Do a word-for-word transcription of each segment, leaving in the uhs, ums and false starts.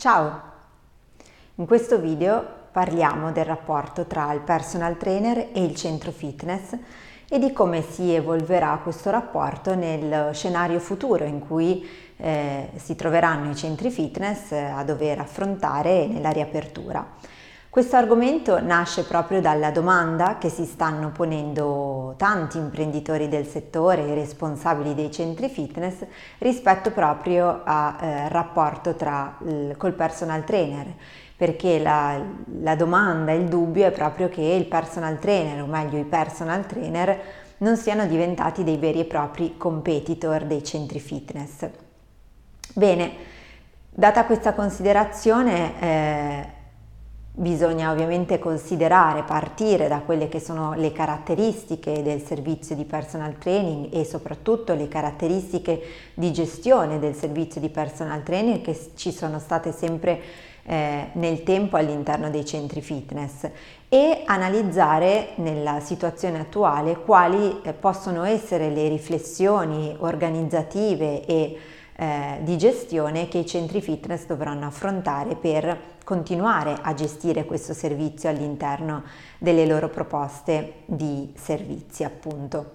Ciao! In questo video parliamo del rapporto tra il personal trainer e il centro fitness e di come si evolverà questo rapporto nel scenario futuro in cui eh, si troveranno i centri fitness a dover affrontare nella riapertura. Questo argomento nasce proprio dalla domanda che si stanno ponendo tanti imprenditori del settore e responsabili dei centri fitness rispetto proprio al eh, rapporto tra il, col personal trainer, perché la, la domanda, il dubbio è proprio che il personal trainer, o meglio i personal trainer, non siano diventati dei veri e propri competitor dei centri fitness. Bene, data questa considerazione, eh, bisogna ovviamente considerare, partire da quelle che sono le caratteristiche del servizio di personal training e soprattutto le caratteristiche di gestione del servizio di personal training che ci sono state sempre eh, nel tempo all'interno dei centri fitness e analizzare nella situazione attuale quali eh, possono essere le riflessioni organizzative e eh, di gestione che i centri fitness dovranno affrontare per continuare a gestire questo servizio all'interno delle loro proposte di servizi, appunto.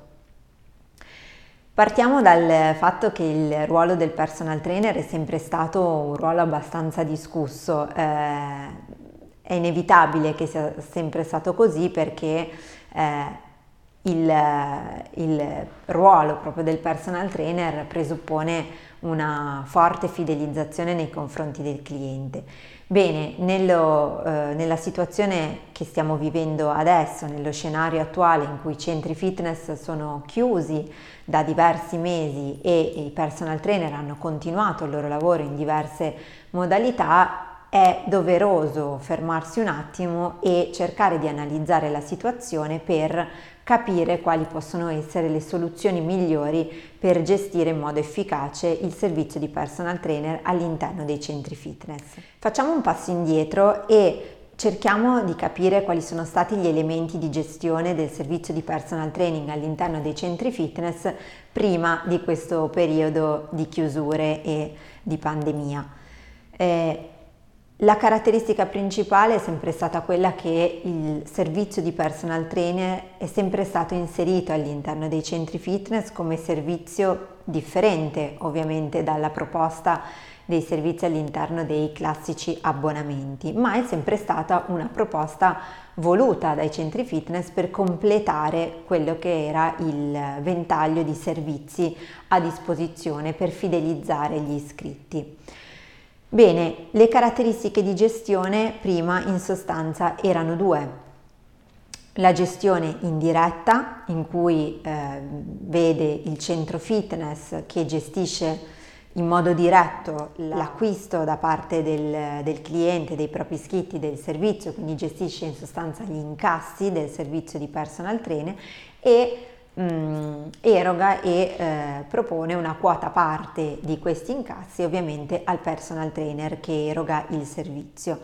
Partiamo dal fatto che il ruolo del personal trainer è sempre stato un ruolo abbastanza discusso. Eh, è inevitabile che sia sempre stato così perché eh, il, il ruolo proprio del personal trainer presuppone una forte fidelizzazione nei confronti del cliente. Bene, nello, eh, nella situazione che stiamo vivendo adesso, nello scenario attuale in cui i centri fitness sono chiusi da diversi mesi e i personal trainer hanno continuato il loro lavoro in diverse modalità, è doveroso fermarsi un attimo e cercare di analizzare la situazione per capire quali possono essere le soluzioni migliori per gestire in modo efficace il servizio di personal trainer all'interno dei centri fitness. Facciamo un passo indietro e cerchiamo di capire quali sono stati gli elementi di gestione del servizio di personal training all'interno dei centri fitness prima di questo periodo di chiusure e di pandemia. Eh, La caratteristica principale è sempre stata quella che il servizio di personal trainer è sempre stato inserito all'interno dei centri fitness come servizio differente, ovviamente, dalla proposta dei servizi all'interno dei classici abbonamenti, ma è sempre stata una proposta voluta dai centri fitness per completare quello che era il ventaglio di servizi a disposizione per fidelizzare gli iscritti. Bene, le caratteristiche di gestione prima in sostanza erano due. La gestione indiretta, in cui eh, vede il centro fitness che gestisce in modo diretto l'acquisto da parte del, del cliente, dei propri iscritti del servizio, quindi gestisce in sostanza gli incassi del servizio di personal trainer e Mm, eroga e eh, propone una quota parte di questi incassi ovviamente al personal trainer che eroga il servizio.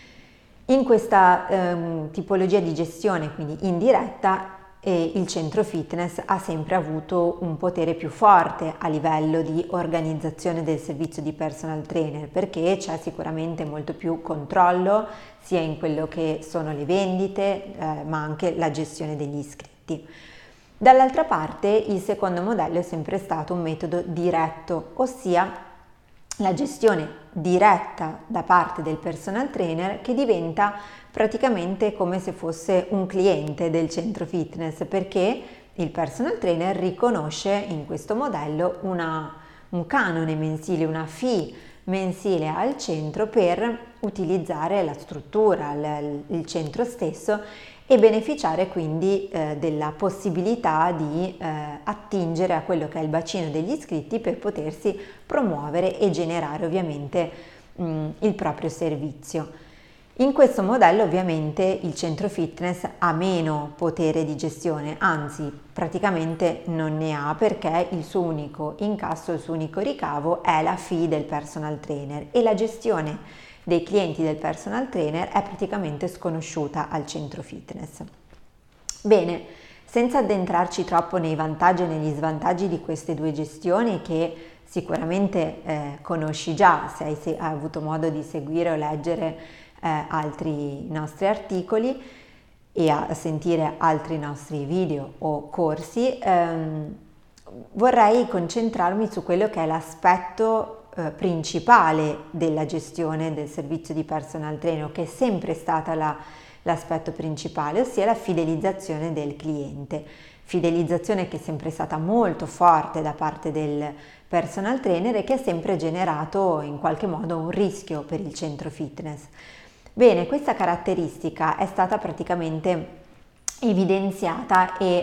In questa ehm, tipologia di gestione, quindi indiretta, eh, il centro fitness ha sempre avuto un potere più forte a livello di organizzazione del servizio di personal trainer perché c'è sicuramente molto più controllo sia in quello che sono le vendite eh, ma anche la gestione degli iscritti. Dall'altra parte il secondo modello è sempre stato un metodo diretto, ossia la gestione diretta da parte del personal trainer che diventa praticamente come se fosse un cliente del centro fitness perché il personal trainer riconosce in questo modello una, un canone mensile, una fee mensile al centro per utilizzare la struttura, il, il centro stesso e beneficiare quindi eh, della possibilità di eh, attingere a quello che è il bacino degli iscritti per potersi promuovere e generare ovviamente mh, il proprio servizio. In questo modello ovviamente il centro fitness ha meno potere di gestione, anzi praticamente non ne ha perché il suo unico incasso, il suo unico ricavo è la fee del personal trainer e la gestione dei clienti del personal trainer è praticamente sconosciuta al centro fitness. Bene, senza addentrarci troppo nei vantaggi e negli svantaggi di queste due gestioni che sicuramente eh, conosci già se hai, se hai avuto modo di seguire o leggere eh, altri nostri articoli e a sentire altri nostri video o corsi. ehm, vorrei concentrarmi su quello che è l'aspetto eh, principale della gestione del servizio di personal trainer, che è sempre stata la, l'aspetto principale, ossia la fidelizzazione del cliente. Fidelizzazione che è sempre stata molto forte da parte del personal trainer e che ha sempre generato in qualche modo un rischio per il centro fitness. Bene, questa caratteristica è stata praticamente evidenziata e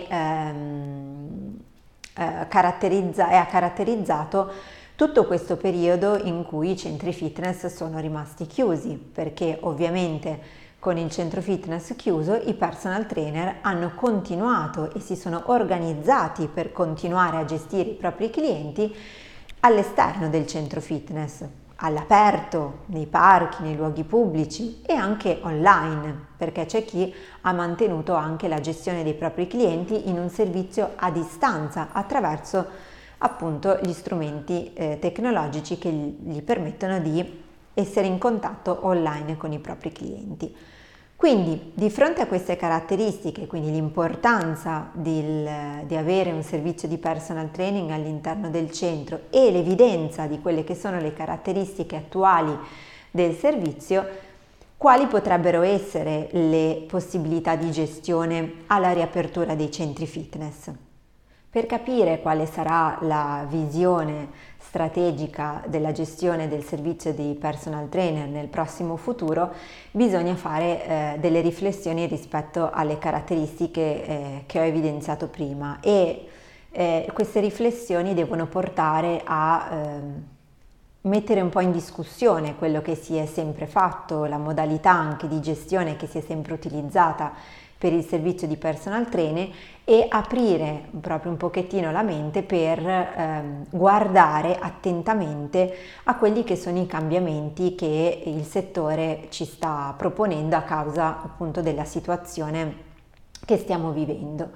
ehm, eh, caratterizza, e ha caratterizzato tutto questo periodo in cui i centri fitness sono rimasti chiusi, perché ovviamente con il centro fitness chiuso i personal trainer hanno continuato e si sono organizzati per continuare a gestire i propri clienti all'esterno del centro fitness, all'aperto, nei parchi, nei luoghi pubblici e anche online, perché c'è chi ha mantenuto anche la gestione dei propri clienti in un servizio a distanza attraverso appunto gli strumenti eh, tecnologici che gli permettono di essere in contatto online con i propri clienti. Quindi di fronte a queste caratteristiche, quindi l'importanza del, di avere un servizio di personal training all'interno del centro e l'evidenza di quelle che sono le caratteristiche attuali del servizio, quali potrebbero essere le possibilità di gestione alla riapertura dei centri fitness? Per capire quale sarà la visione strategica della gestione del servizio di personal trainer nel prossimo futuro, bisogna fare eh, delle riflessioni rispetto alle caratteristiche eh, che ho evidenziato prima e eh, queste riflessioni devono portare a eh, mettere un po' in discussione quello che si è sempre fatto, la modalità anche di gestione che si è sempre utilizzata per il servizio di personal training e aprire proprio un pochettino la mente per ehm, guardare attentamente a quelli che sono i cambiamenti che il settore ci sta proponendo a causa appunto della situazione che stiamo vivendo.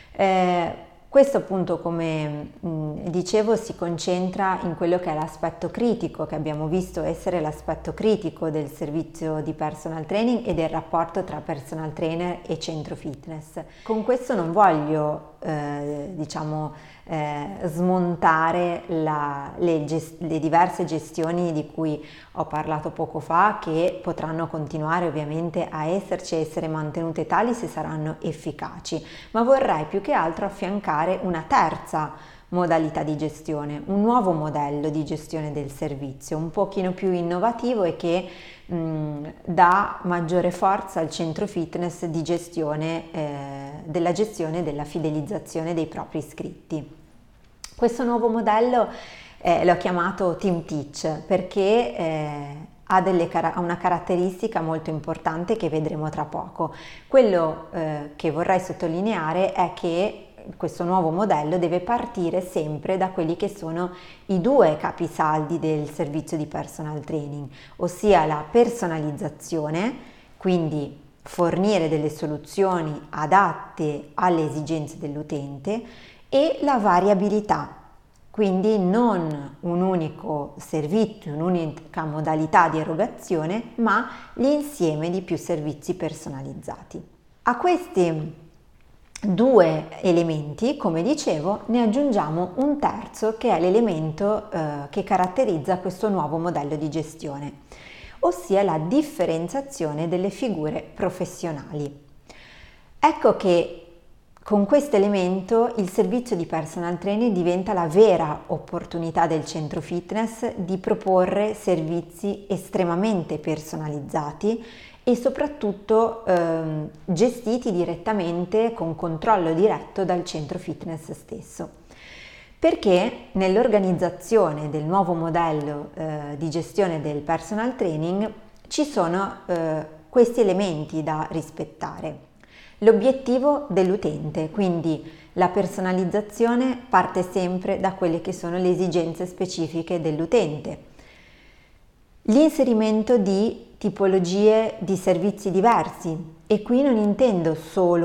Eh, Questo appunto, come mh, dicevo, si concentra in quello che è l'aspetto critico, che abbiamo visto essere l'aspetto critico del servizio di personal training e del rapporto tra personal trainer e centro fitness. Con questo non voglio, eh, diciamo, eh, smontare la, le, gest- le diverse gestioni di cui ho parlato poco fa, che potranno continuare ovviamente a esserci e essere mantenute tali se saranno efficaci, ma vorrei più che altro affiancare una terza modalità di gestione, un nuovo modello di gestione del servizio, un pochino più innovativo e che mh, dà maggiore forza al centro fitness di gestione, eh, della gestione della fidelizzazione dei propri iscritti. Questo nuovo modello eh, l'ho chiamato Team Teach perché eh, ha, delle, ha una caratteristica molto importante che vedremo tra poco. Quello eh, che vorrei sottolineare è che questo nuovo modello deve partire sempre da quelli che sono i due capisaldi del servizio di personal training, ossia la personalizzazione, quindi fornire delle soluzioni adatte alle esigenze dell'utente, e la variabilità, quindi non un unico servizio, un'unica modalità di erogazione, ma l'insieme di più servizi personalizzati. A questi due elementi, come dicevo, ne aggiungiamo un terzo che è l'elemento eh, che caratterizza questo nuovo modello di gestione, ossia la differenziazione delle figure professionali. Ecco che con questo elemento il servizio di personal training diventa la vera opportunità del centro fitness di proporre servizi estremamente personalizzati e soprattutto ehm, gestiti direttamente con controllo diretto dal centro fitness stesso. Perché nell'organizzazione del nuovo modello eh, di gestione del personal training ci sono eh, questi elementi da rispettare. L'obiettivo dell'utente, quindi la personalizzazione, parte sempre da quelle che sono le esigenze specifiche dell'utente. L'inserimento di tipologie di servizi diversi, e qui non intendo solo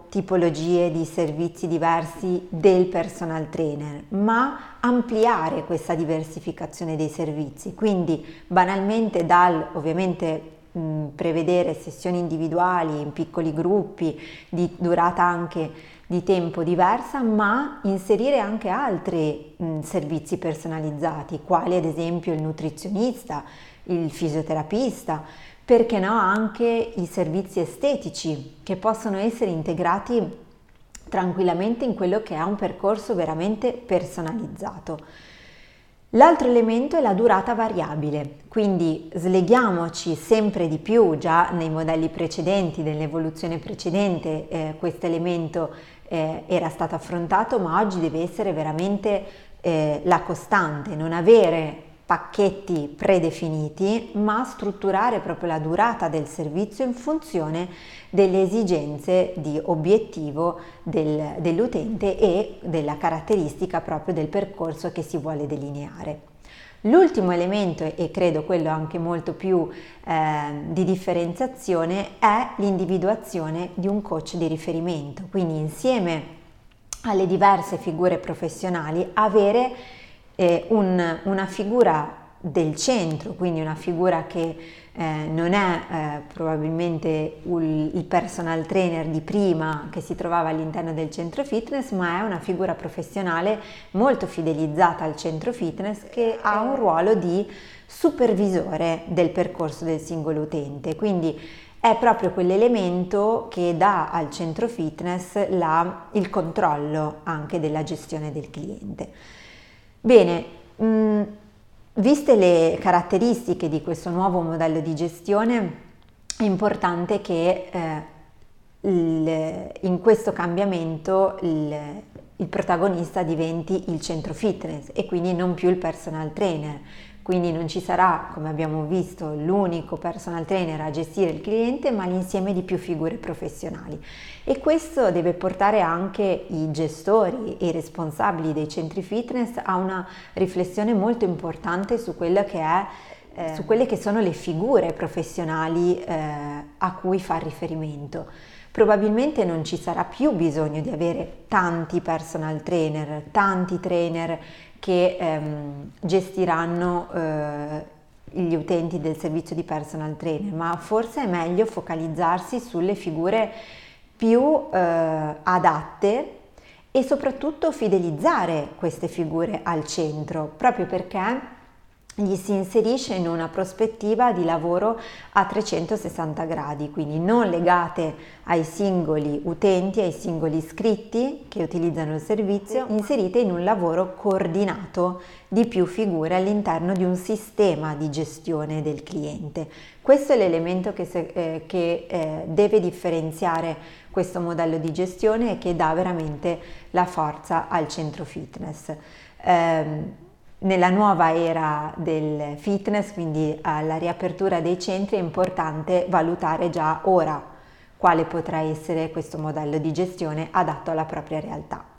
tipologie di servizi diversi del personal trainer, ma ampliare questa diversificazione dei servizi, quindi banalmente dal ovviamente mh, prevedere sessioni individuali in piccoli gruppi di durata anche di tempo diversa, ma inserire anche altri mh, servizi personalizzati, quali ad esempio il nutrizionista, il fisioterapista, perché no anche i servizi estetici che possono essere integrati tranquillamente in quello che è un percorso veramente personalizzato. L'altro elemento è la durata variabile, quindi sleghiamoci sempre di più, già nei modelli precedenti, dell'evoluzione precedente eh, questo elemento eh, era stato affrontato, ma oggi deve essere veramente eh, la costante, non avere pacchetti predefiniti, ma strutturare proprio la durata del servizio in funzione delle esigenze di obiettivo del, dell'utente e della caratteristica proprio del percorso che si vuole delineare. L'ultimo elemento, e credo quello anche molto più eh, di differenziazione, è l'individuazione di un coach di riferimento, quindi insieme alle diverse figure professionali avere eh, un, una figura del centro, quindi una figura che eh, non è eh, probabilmente il, il personal trainer di prima che si trovava all'interno del centro fitness, ma è una figura professionale molto fidelizzata al centro fitness che ha un ruolo di supervisore del percorso del singolo utente, quindi è proprio quell'elemento che dà al centro fitness la, il controllo anche della gestione del cliente. Bene, mh, viste le caratteristiche di questo nuovo modello di gestione, è importante che eh, il, in questo cambiamento il, il protagonista diventi il centro fitness e quindi non più il personal trainer. Quindi non ci sarà, come abbiamo visto, l'unico personal trainer a gestire il cliente, ma l'insieme di più figure professionali. E questo deve portare anche i gestori e i responsabili dei centri fitness a una riflessione molto importante su quella che è eh, su quelle che sono le figure professionali eh, a cui fa riferimento. Probabilmente non ci sarà più bisogno di avere tanti personal trainer, tanti trainer che ehm, gestiranno eh, gli utenti del servizio di personal trainer, ma forse è meglio focalizzarsi sulle figure più eh, adatte e soprattutto fidelizzare queste figure al centro, proprio perché gli si inserisce in una prospettiva di lavoro a trecentosessanta gradi, quindi non legate ai singoli utenti, ai singoli iscritti che utilizzano il servizio, inserite in un lavoro coordinato di più figure all'interno di un sistema di gestione del cliente. Questo è l'elemento che, se, eh, che eh, deve differenziare questo modello di gestione e che dà veramente la forza al centro fitness. Eh, Nella nuova era del fitness, quindi alla riapertura dei centri, è importante valutare già ora quale potrà essere questo modello di gestione adatto alla propria realtà.